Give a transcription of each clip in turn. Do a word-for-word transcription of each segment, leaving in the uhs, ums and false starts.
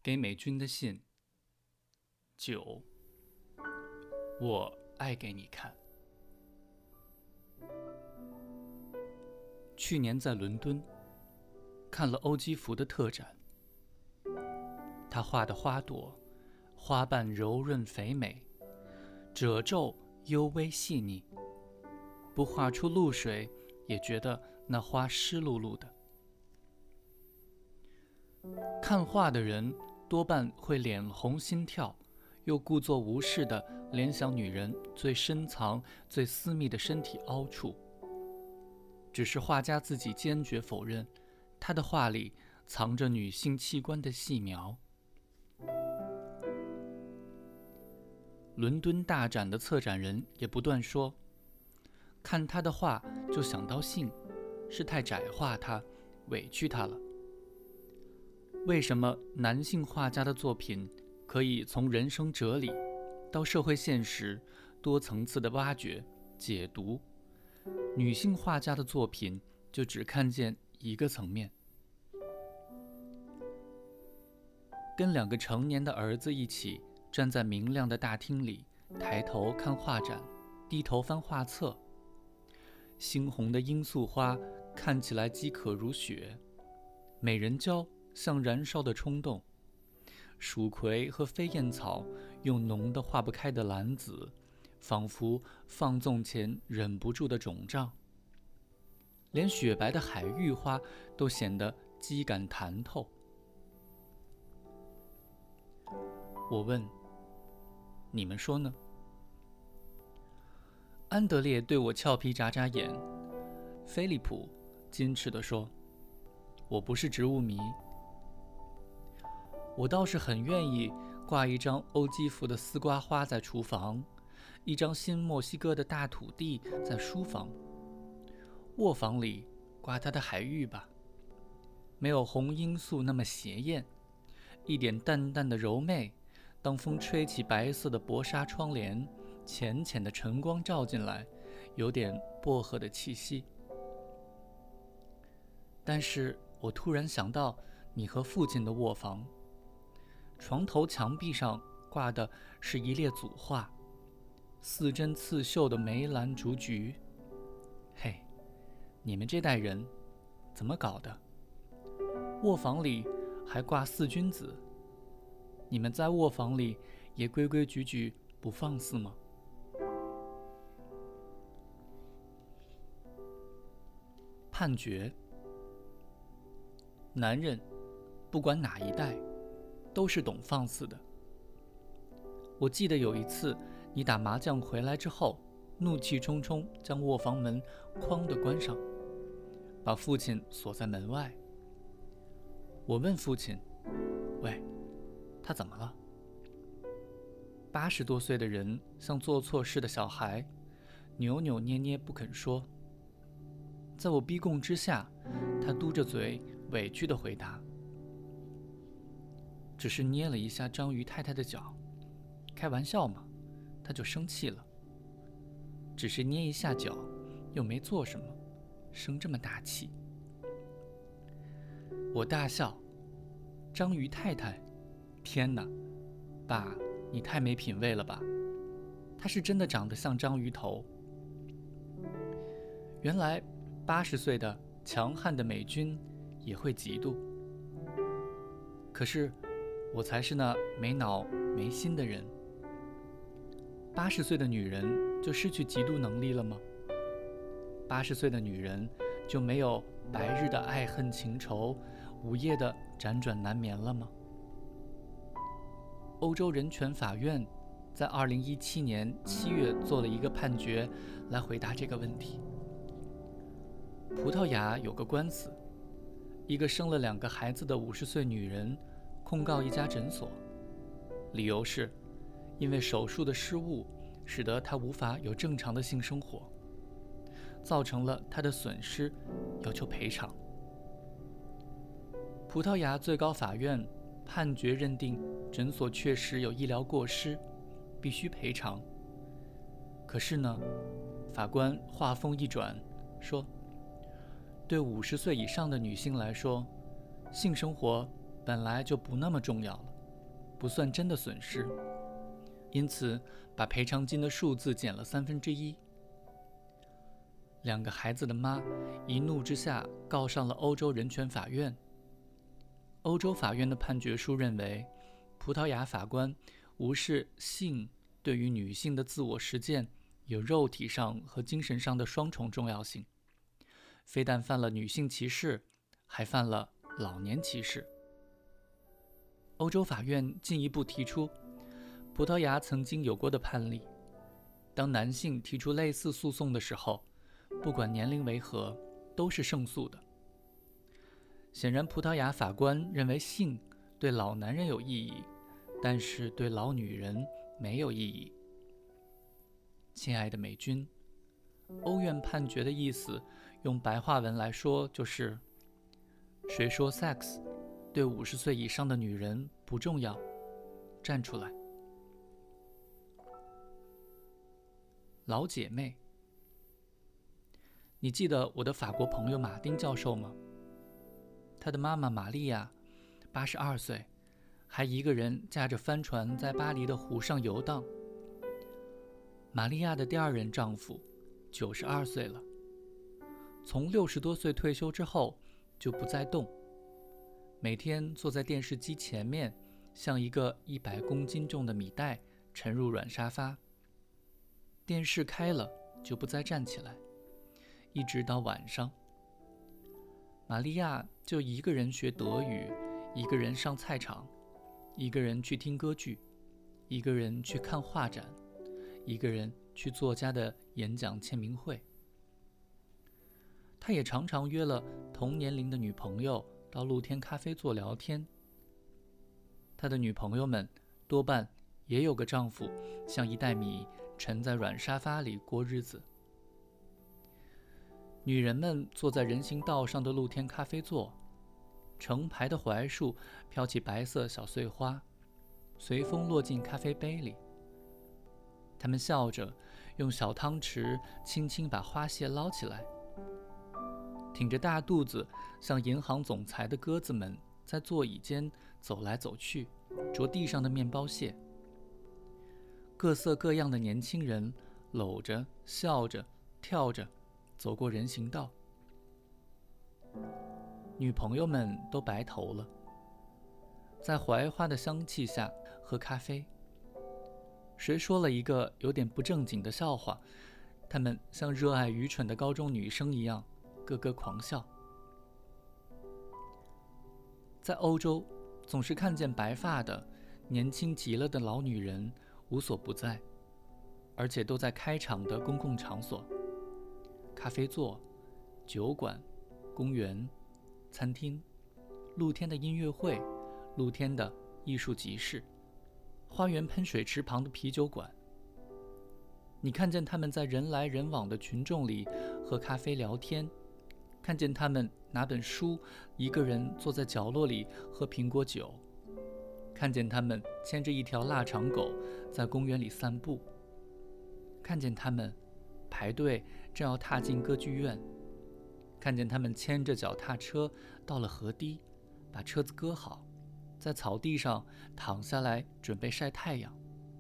给美军的信。九，我爱给你看。去年在伦敦看了欧基福的特展，他画的花朵，花瓣柔润肥美，褶皱幽微细腻，不画出露水也觉得那花湿漉漉的。看画的人多半会脸红心跳，又故作无视地联想女人最深藏最私密的身体凹处。只是画家自己坚决否认，他的画里藏着女性器官的细描。伦敦大展的策展人也不断说，看他的画就想到性，是太窄化他，委屈他了。为什么男性画家的作品可以从人生哲理到社会现实多层次的挖掘解读，女性画家的作品就只看见一个层面？跟两个成年的儿子一起站在明亮的大厅里，抬头看画展，低头翻画册。猩红的罂粟花看起来饥渴如血，美人蕉像燃烧的冲动，蜀葵和飞燕草用浓得化不开的蓝紫，仿佛放纵前忍不住的肿胀。连雪白的海芋花都显得肌感弹透。我问，你们说呢？安德烈对我俏皮眨眨眼，菲利普矜持地说，我不是植物迷。我倒是很愿意挂一张欧基福的丝瓜花在厨房，一张新墨西哥的大土地在书房，卧房里挂他的海芋吧，没有红罂粟那么邪艳，一点淡淡的柔媚，当风吹起白色的薄纱窗帘，浅浅的晨光照进来，有点薄荷的气息。但是我突然想到你和父亲的卧房，床头墙壁上挂的是一列组画，似针刺绣的梅兰竹菊。嘿，你们这代人怎么搞的？卧房里还挂四君子，你们在卧房里也规规矩矩不放肆吗？判决，男人不管哪一代都是懂放肆的。我记得有一次你打麻将回来之后，怒气冲冲将卧房门哐地关上，把父亲锁在门外。我问父亲，喂，他怎么了？八十多岁的人像做错事的小孩，扭扭捏捏不肯说。在我逼供之下，他嘟着嘴委屈地回答，只是捏了一下章鱼太太的脚，开玩笑嘛，他就生气了。只是捏一下脚，又没做什么，生这么大气。我大笑，章鱼太太，天哪，爸，你太没品位了吧？他是真的长得像章鱼头。原来八十岁的强悍的美军也会嫉妒。可是我才是那没脑没心的人。八十岁的女人就失去嫉妒能力了吗？八十岁的女人就没有白日的爱恨情仇，午夜的辗转难眠了吗？欧洲人权法院在二零一七年七月做了一个判决来回答这个问题。葡萄牙有个官司，一个生了两个孩子的五十岁女人控告一家诊所，理由是因为手术的失误使得她无法有正常的性生活，造成了她的损失，要求赔偿。葡萄牙最高法院判决认定诊所确实有医疗过失，必须赔偿。可是呢，法官话锋一转说，对五十岁以上的女性来说，性生活本来就不那么重要了。 不算真的损失，因此把赔偿金的数字减了三分之一。两个孩子的妈一怒之下告上了欧洲人权法院。欧洲法院的判决书认为，葡萄牙法官无视性对于女性的自我实践有肉体上和精神上的双重重要性，非但犯了女性歧视，还犯了老年歧视。欧洲法院进一步提出，葡萄牙曾经有过的判例，当男性提出类似诉讼的时候，不管年龄为何，都是胜诉的。显然，葡萄牙法官认为性对老男人有意义，但是对老女人没有意义。亲爱的美军，欧院判决的意思，用白话文来说就是：谁说 sex 对五十岁以上的女人不重要？站出来！老姐妹，你记得我的法国朋友马丁教授吗？他的妈妈玛利亚，八十二岁，还一个人驾着帆船在巴黎的湖上游荡。玛利亚的第二任丈夫，九十二岁了，从六十多岁退休之后就不再动，每天坐在电视机前面，像一个一百公斤重的米袋沉入软沙发。电视开了就不再站起来，一直到晚上。玛利亚就一个人学德语，一个人上菜场，一个人去听歌剧，一个人去看画展，一个人去作家的演讲签名会。他也常常约了同年龄的女朋友到露天咖啡座聊天。他的女朋友们多半也有个丈夫，像一袋米沉在软沙发里过日子。女人们坐在人行道上的露天咖啡座，成排的槐树飘起白色小碎花，随风落进咖啡杯里。她们笑着，用小汤匙轻轻把花屑捞起来。挺着大肚子，像银行总裁的鸽子们在座椅间走来走去，啄地上的面包屑。各色各样的年轻人搂着、笑着、跳着走过人行道。女朋友们都白头了，在槐花的香气下喝咖啡。谁说了一个有点不正经的笑话，她们像热爱愚蠢的高中女生一样咯咯狂笑。在欧洲，总是看见白发的、年轻极了的老女人无所不在，而且都在开场的公共场所，咖啡座、酒馆、公园、餐厅、露天的音乐会、露天的艺术集市、花园喷水池旁的啤酒馆。你看见他们在人来人往的群众里喝咖啡聊天，看见他们拿本书，一个人坐在角落里喝苹果酒，看见他们牵着一条腊肠狗在公园里散步，看见他们排队正要踏进歌剧院，看见他们牵着脚踏车到了河堤，把车子搁好，在草地上躺下来准备晒太阳。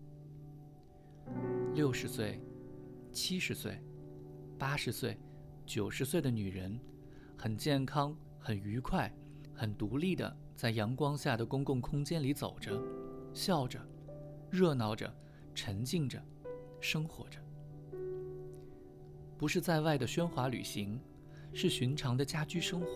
六十岁、七十岁、八十岁、九十岁的女人，很健康、很愉快、很独立地在阳光下的公共空间里走着，笑着，热闹着，沉静着，生活着。不是在外的喧哗旅行，是寻常的家居生活。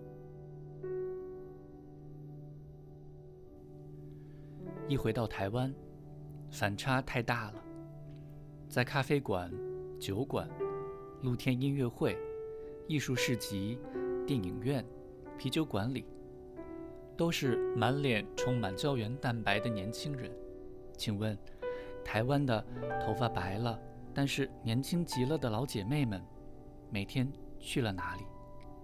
一回到台湾，反差太大了。在咖啡馆、酒馆、露天音乐会、艺术市集、电影院、啤酒馆里，都是满脸充满胶原蛋白的年轻人。请问，台湾的头发白了但是年轻极了的老姐妹们，每天去了哪里？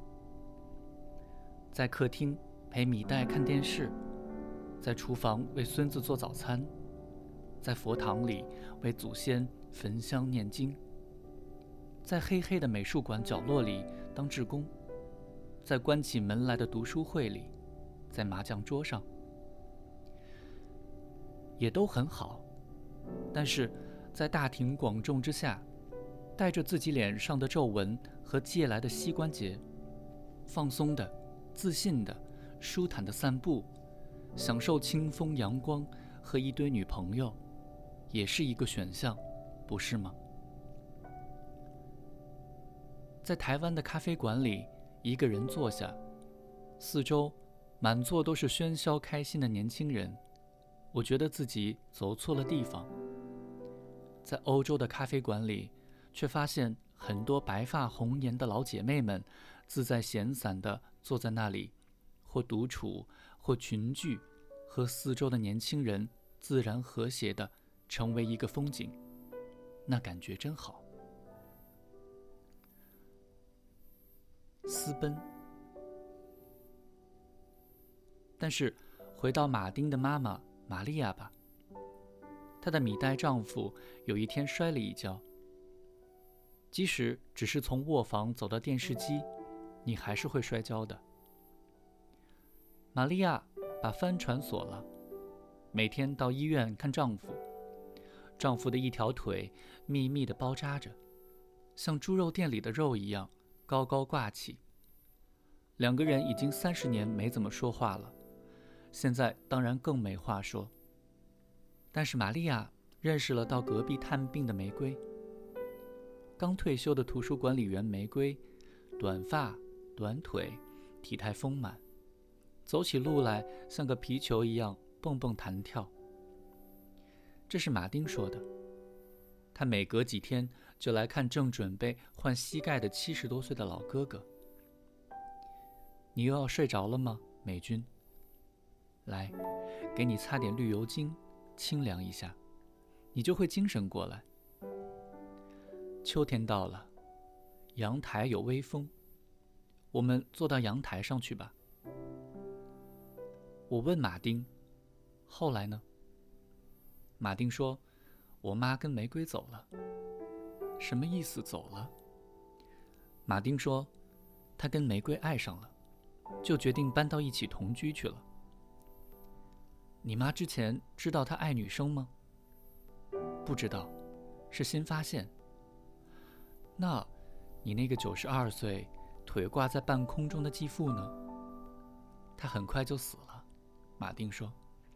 在客厅陪米袋看电视，在厨房为孙子做早餐，在佛堂里为祖先焚香念经，在黑黑的美术馆角落里当志工，在关起门来的读书会里，在麻将桌上。 也都很好，但是在大庭广众之下，带着自己脸上的皱纹和借来的膝关节，放松的、自信的、舒坦的散步，享受清风阳光和一堆女朋友，也是一个选项，不是吗？在台湾的咖啡馆里，一个人坐下，四周满座都是喧嚣开心的年轻人，我觉得自己走错了地方。在欧洲的咖啡馆里，却发现很多白发红颜的老姐妹们自在闲散地坐在那里，或独处，或群聚，和四周的年轻人自然和谐地成为一个风景，那感觉真好。私奔。但是回到马丁的妈妈玛利亚吧，她的米代丈夫有一天摔了一跤，即使只是从卧房走到电视机，你还是会摔跤的。玛利亚把帆船锁了，每天到医院看丈夫，丈夫的一条腿密密地包扎着，像猪肉店里的肉一样高高挂起。两个人已经三十年没怎么说话了，现在当然更没话说。但是玛利亚认识了到隔壁探病的玫瑰，刚退休的图书管理员玫瑰，短发短腿，体态丰满，走起路来像个皮球一样蹦蹦弹跳。这是马丁说的，他每隔几天就来看正准备换膝盖的七十多岁的老哥哥。你又要睡着了吗，美君？来，给你擦点绿油精，清凉一下，你就会精神过来。秋天到了，阳台有微风，我们坐到阳台上去吧。我问马丁，后来呢？马丁说，我妈跟玫瑰走了。什么意思走了？马丁说，他跟玫瑰爱上了，就决定搬到一起同居去了。你妈之前知道她爱女生吗？不知道，是新发现。那，你那个九十二岁、腿挂在半空中的继父呢？他很快就死了，马丁说。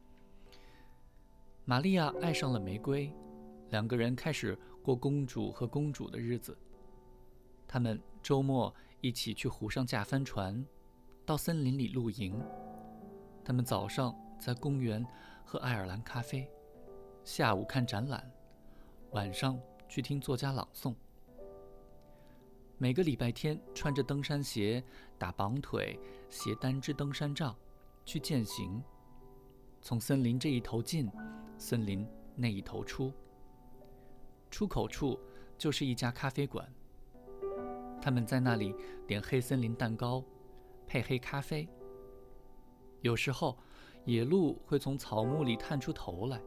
玛利亚爱上了玫瑰，两个人开始过公主和公主的日子。他们周末一起去湖上驾帆船，到森林里露营。他们早上在公园喝爱尔兰咖啡，下午看展览，晚上去听作家朗诵。每个礼拜天穿着登山鞋，打绑腿，携单支登山杖去健行，从森林这一头进，森林那一头出。出口处就是一家咖啡馆，他们在那里点黑森林蛋糕，配黑咖啡。有时候野鹿会从草木里探出头来。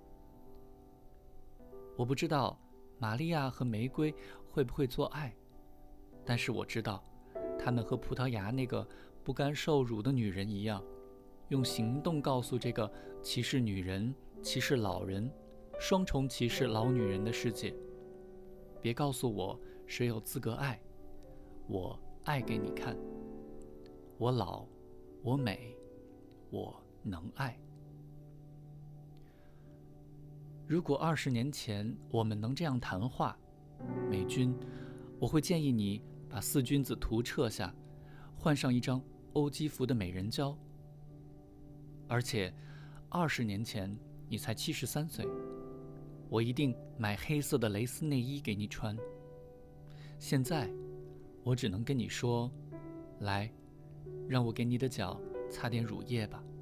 我不知道玛利亚和玫瑰会不会做爱，但是我知道他们和葡萄牙那个不甘受辱的女人一样，用行动告诉这个歧视女人、歧视老人、双重歧视老女人的世界，别告诉我谁有资格爱，我爱给你看。我老，我美，我能爱。如果二十年前我们能这样谈话，美君，我会建议你把四君子图撤下，换上一张欧基福的美人蕉。而且二十年前你才七十三岁，我一定买黑色的蕾丝内衣给你穿。现在我只能跟你说，来，让我给你的脚擦点乳液吧。